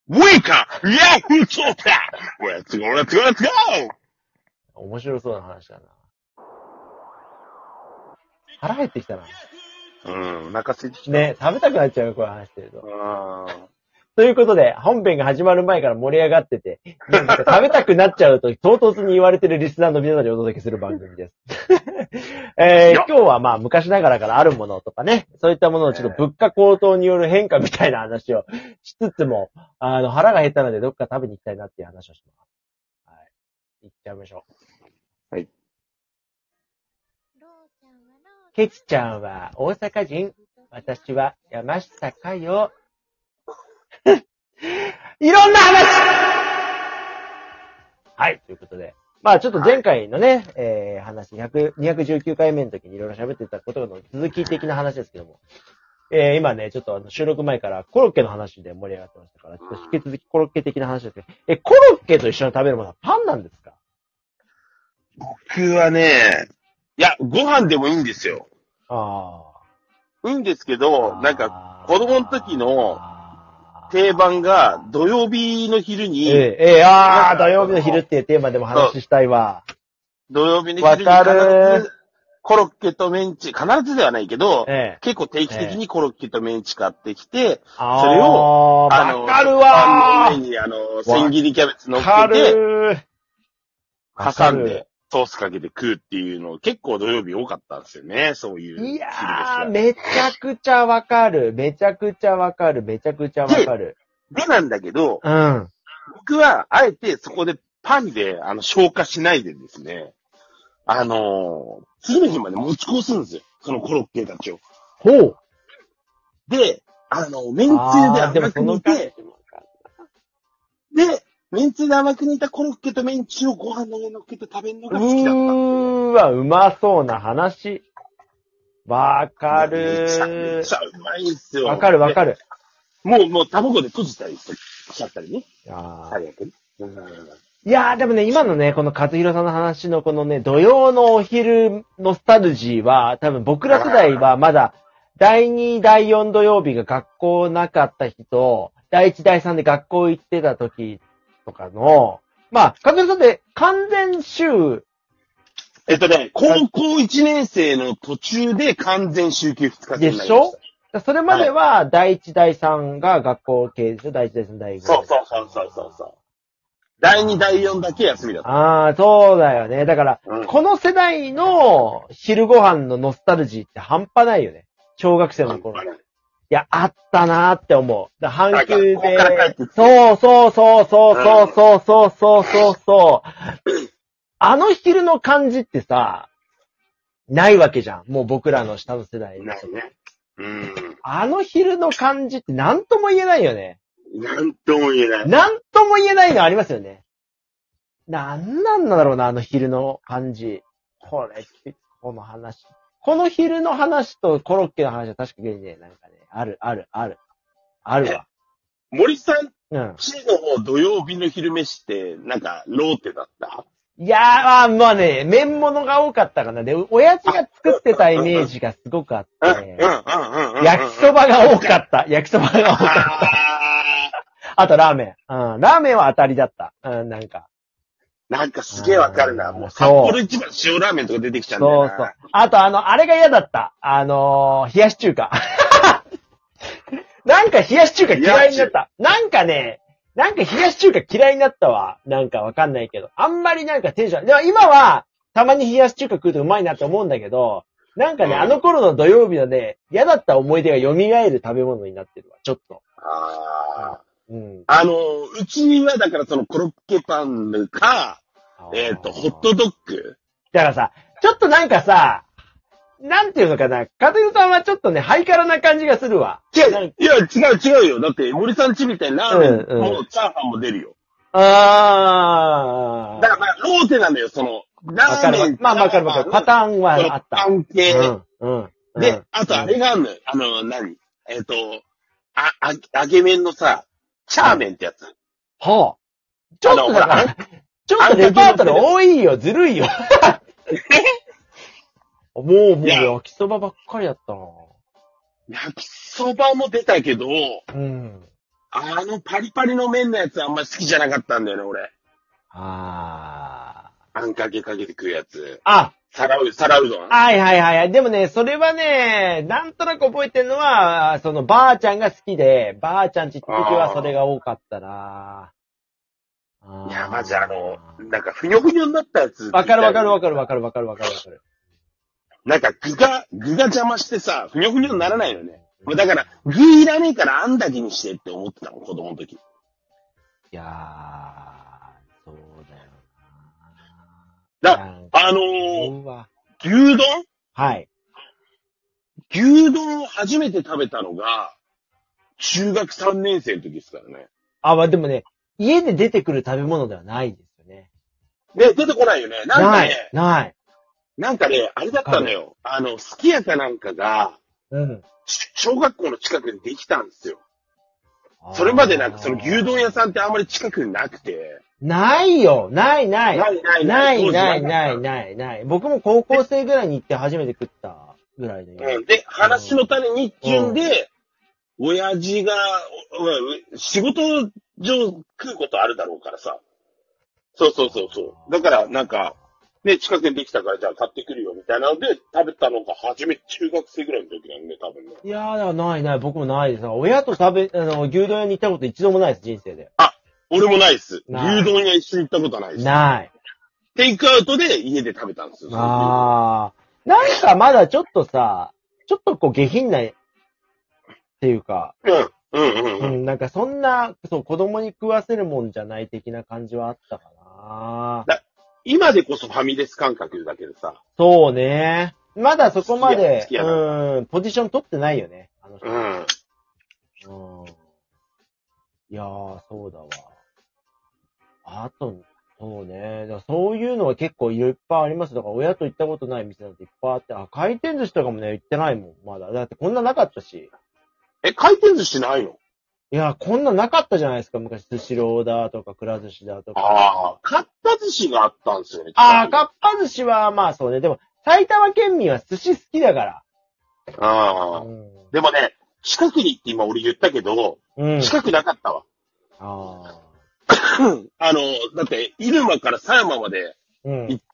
Wake up! Yahoo! Let's go, let's go, let's go! 面白そうな話だな。腹減ってきたな。 お腹空いてきた。 ね、食べたくなっちゃうよ、これ話してると。 あということで、本編が始まる前から盛り上がってて、なんか食べたくなっちゃうと唐突に言われてるリスナーの皆さんにお届けする番組です。今日はまあ昔ながらからあるものとかね、そういったもののちょっと物価高騰による変化みたいな話をしつつも、腹が減ったのでどっか食べに行きたいなっていう話をします。はい。行っちゃいましょう。 はい。 ケチちゃんは大阪人、私は山下かよ。いろんな話はい、ということで。まあちょっと前回のね、話、219回目の時にいろいろ喋ってたことの続き的な話ですけども、今ね、ちょっと収録前からコロッケの話で盛り上がってましたから、ちょっと引き続きコロッケ的な話ですけど、コロッケと一緒に食べるものはパンなんですか？ 僕はね、いや、ご飯でもいいんですよ。いいんですけど、なんか、子供の時の定番が土曜日の昼に、 土曜日の昼っていうテーマでも話したいわ。 土曜日の昼に必ずコロッケとメンチ、必ずではないけど、結構定期的にコロッケとメンチ買ってきて、それを、 わかるわパンの上に千切りキャベツ乗っけて、挟んで、ソースかけて食うっていうの結構土曜日多かったんですよね、そういう。 いやー、めちゃくちゃわかる。めちゃくちゃわかる。めちゃくちゃわかる。 でなんだけど、 うん。 僕は、あえてそこでパンで、消化しないでですね、次の日まで持ち越すんですよ。そのコロッケたちを。 ほう。 で、めんつゆで甘く煮て、で、めんつゆで甘く煮たコロッケとメンチをご飯の上に乗っけて食べるのが好きだったんわ、うまそうな話。わかるめっちゃうまいんすよ。 わかるわかる。 もう卵で閉じたりしちゃったりね。最悪ね。 いやーでもね、今のね、この和弘さんの話のこのね、土曜のお昼ノスタルジーは、多分僕ら世代はまだ、第2、第4土曜日が学校なかった人、第1、第3で学校行ってた時とかの、まあ、和弘さんって完全週、 高校1年生の途中で完全週休2日制になりました。 でしょ？それまでは、第1、第3が学校系でしょ？第1、第3、第5。 そう。第2、第4だけ休みだった。 そうだよね。だから、この世代の昼ご飯のノスタルジーって半端ないよね。小学生の頃。いや、あったなーって思う。阪急で、そう。あの昼の感じってさ、ないわけじゃん。もう僕らの下の世代。 ないね。 あの昼の感じって何とも言えないよね。 なんとも言えない。 なんとも言えないのありますよね。なんなんだろうな、あの昼の感じ。この話。この昼の話とコロッケの話は確かにね、なんかね、あるわ。 森さん、地の方土曜日の昼飯って、なんか、ローテだった？ いやー、まあね、麺物が多かったかな。で、親父が作ってたイメージがすごくあって、焼きそばが多かった。あとラーメン。ラーメンは当たりだった。 なんかすげえわかるな。もう札幌一番塩ラーメンとか出てきちゃうんだよな。そう。 あとあれが嫌だった。冷やし中華。なんか冷やし中華嫌いになった。なんか冷やし中華嫌いになったわ。なんかわかんないけど。あんまりなんかテンション。でも今は、たまに冷やし中華食うとうまいなって思うんだけど、なんかね、あの頃の土曜日のね、嫌だった思い出が蘇る食べ物になってるわ。ちょっと。 うちはだからそのコロッケパンか、ホットドッグ。 だからさ、ちょっとなんかさ、なんていうのかな、かとゆさんはちょっとね、ハイカラな感じがするわ。 違うよ。だって、森さん家みたいなラーメンもチャーハンも出るよ。だからまあ、ローテなんだよ、その、ラーメン。 まあ、わかる。パターンはあった。 パン系。で、あとあれがあるのよ。揚げ麺のさ、チャーメンってやつ。 はあ。ちょっとだから、ちょっとレパートリー多いよ、ずるいよ。もう焼きそばばっかりやったな。 焼きそばも出たけど、 パリパリの麺のやつあんまり好きじゃなかったんだよね、俺。 ああんかけかけて食うやつ。 あ。 皿うどん。 はいはいはい。でもね、それはね、なんとなく覚えてるのは、そのばあちゃんが好きで、ばあちゃんち行った時はそれが多かったな。 いや、マジなんかふにょふにょになったやつ。 わかる。なんか具が邪魔してさ、ふにょふにょにならないのね。だから、具いらねえからあんだけにしてって思ってたもん、子供の時。 いやー、そうだよな。 牛丼はい。 牛丼を初めて食べたのが、中学3年生の時ですからね。 まあでもね、家で出てくる食べ物ではないですよね。 で、出てこないよね。なんかね、 ない。 なんかね、あれだったのよ。すき家かなんかが、小学校の近くにできたんですよ。それまでなんかその牛丼屋さんってあんまり近くになくて。 ないよない。 ない。 僕も高校生ぐらいに行って初めて食ったぐらいで。 で、話の種にっていうんで、親父が、仕事上食うことあるだろうからさ。そう。だからなんか、ね、近くにできたからじゃあ買ってくるよみたいなので食べたのが初めて中学生ぐらいの時なんで、多分ね。 いやー、ない。僕もないです。親と牛丼屋に行ったこと一度もないです、人生で。 俺もないです。牛丼屋一緒に行ったことないです。 ない。 テイクアウトで家で食べたんですよ。 なんかまだちょっとさ、ちょっとこう下品な、っていうか。なんかそんな、子供に食わせるもんじゃない的な感じはあったかな。 今でこそファミレス感覚だけどさ。 そうね。まだそこまで、ポジション取ってないよね。いやー、そうだわ。あと、そうね。そういうのは結構いっぱいあります。だから親と行ったことない店なんていっぱいあって、回転寿司とかもね、行ってないもん、まだ。だってこんななかったし。 回転寿司ないの？ いや、こんななかったじゃないですか。昔、スシローだとか、くら寿司だとか。 かっぱ寿司があったんですよね。 かっぱ寿司は、まあそうね。でも、埼玉県民は寿司好きだから。 でもね、近くにって今俺言ったけど、近くなかったわ。だって、入間から狭山まで行って、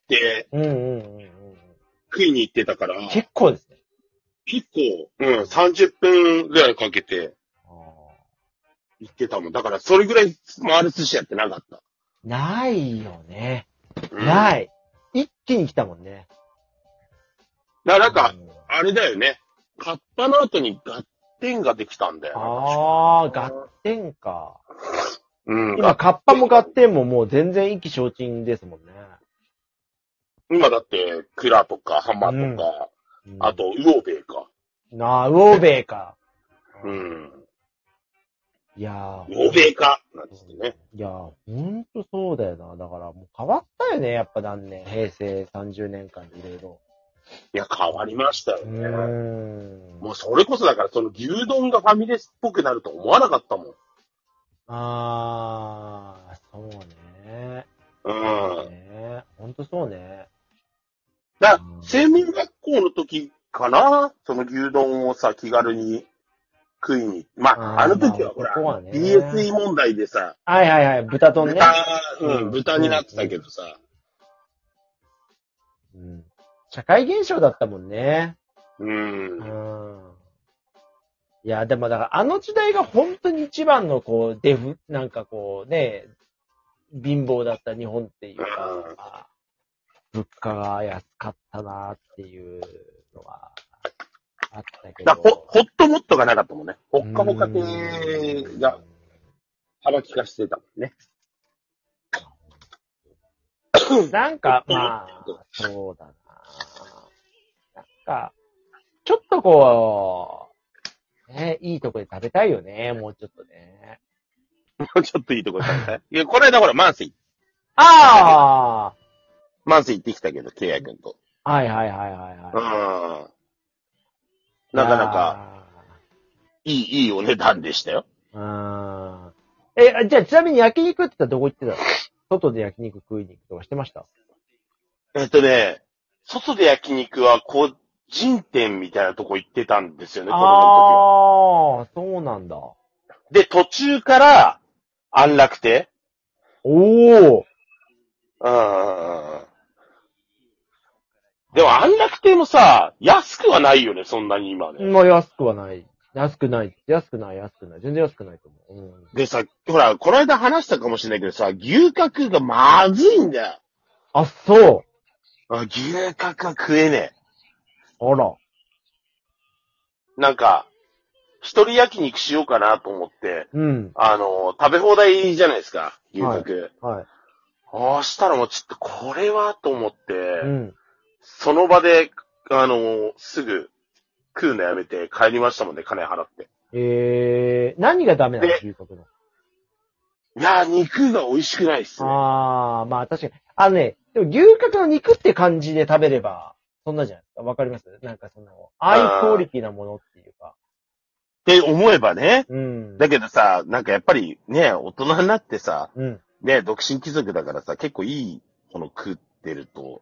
食いに行ってたから。 結構ですね。 結構、30分ぐらいかけて、行ってたもん。だから、それぐらい回る寿司やってなかった。 ないよね。ない。一気に来たもんね。 なんか、あれだよね。カッパの後にガッテンができたんだよ。 ガッテンか。今、カッパもガッテンももう全然意気消沈ですもんね。 今だって、クラとかハマとか、あと、ウオベイか。 ウオベイか。いやー。ウオベイかなんですね。 いやー、ほんとそうだよな。だからもう変わったよね、やっぱ何年。平成30年間でいろいろ。 いや、変わりましたよね。もうそれこそだから、その牛丼がファミレスっぽくなると思わなかったもん。 そうね。ほんとそうね。 専門学校の時かな、その牛丼をさ、気軽に食いに。あの時はほら、DSE 問題でさ。 豚丼ね。 豚になってたけどさ。 社会現象だったもんね。いや、でもだからあの時代が本当に一番のなんかね、貧乏だった日本っていうか、物価が安かったなっていうのはあったけど。 ホットモットがなかったもんね。ほっかほか系が幅利かしてたもんね。 なんか、そうだな。なんか、ちょっといいとこで食べたいよね、もうちょっとね。 もうちょっといいとこで食べたい。いや、この間ほら、マンスイ。 マンスイ行ってきたけど、ケイヤ君と。 なかなか、いいお値段でしたよ。 じゃあちなみに焼肉って言ったらどこ行ってたの？外で焼肉食いに行くとかしてました？ 外で焼肉は個人店みたいなとこ行ってたんですよね、子供の時は。 そうなんだ。 で、途中から安楽亭。 おー。 でも安楽亭もさ、安くはないよね、そんなに今ね。 まあ安くはない。安くない。全然安くないと思う。 でさ、ほら、この間話したかもしれないけどさ、牛角がまずいんだよ。 あ、そう。 牛角は食えねえ。 あら。 なんか、一人焼肉しようかなと思って、 うん。 食べ放題じゃないですか、牛角。 はい。 ああしたらもうちょっとこれはと思って、 うん。 その場で、すぐ食うのやめて帰りましたもんね、金払って。 何がダメなの牛角の。 いやー、肉が美味しくないっすね。 まあ確かに。でも牛角の肉って感じで食べれば、そんなじゃないですか。わかりますなんかああいうクオリティなものっていうか。 って思えばね。 うん。 だけどさ、なんかやっぱりね、大人になってさ、 うん。 ね、独身貴族だからさ、結構いいもの食ってると、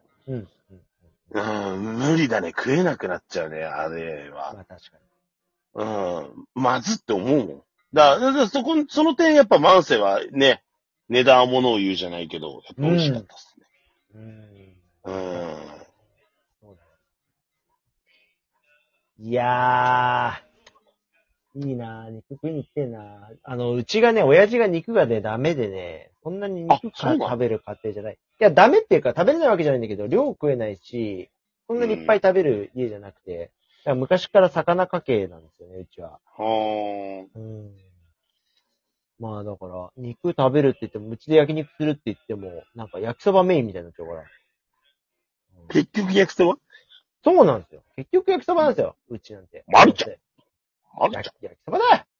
無理だね、食えなくなっちゃうね、あれは。 まあ確かに。まずって思うもん。だからその点やっぱ万世はね、値段は物を言うじゃないけど、やっぱ美味しかったっすね。 そうだね。いやー、いいなぁ、肉食いに行ってんなぁ。うちがね、親父が肉がね、ダメでね、そんなに肉食べる家庭じゃない。いや、ダメっていうか食べれないわけじゃないんだけど、量食えないし、そんなにいっぱい食べる家じゃなくて、昔から魚家系なんですよね、うちは。まあだから、肉食べるって言っても、うちで焼肉するって言っても、なんか焼きそばメインみたいになっちゃうから。 結局焼きそば？ そうなんですよ。結局焼きそばなんですよ、うちなんて。 マルちゃん。 焼きそばだ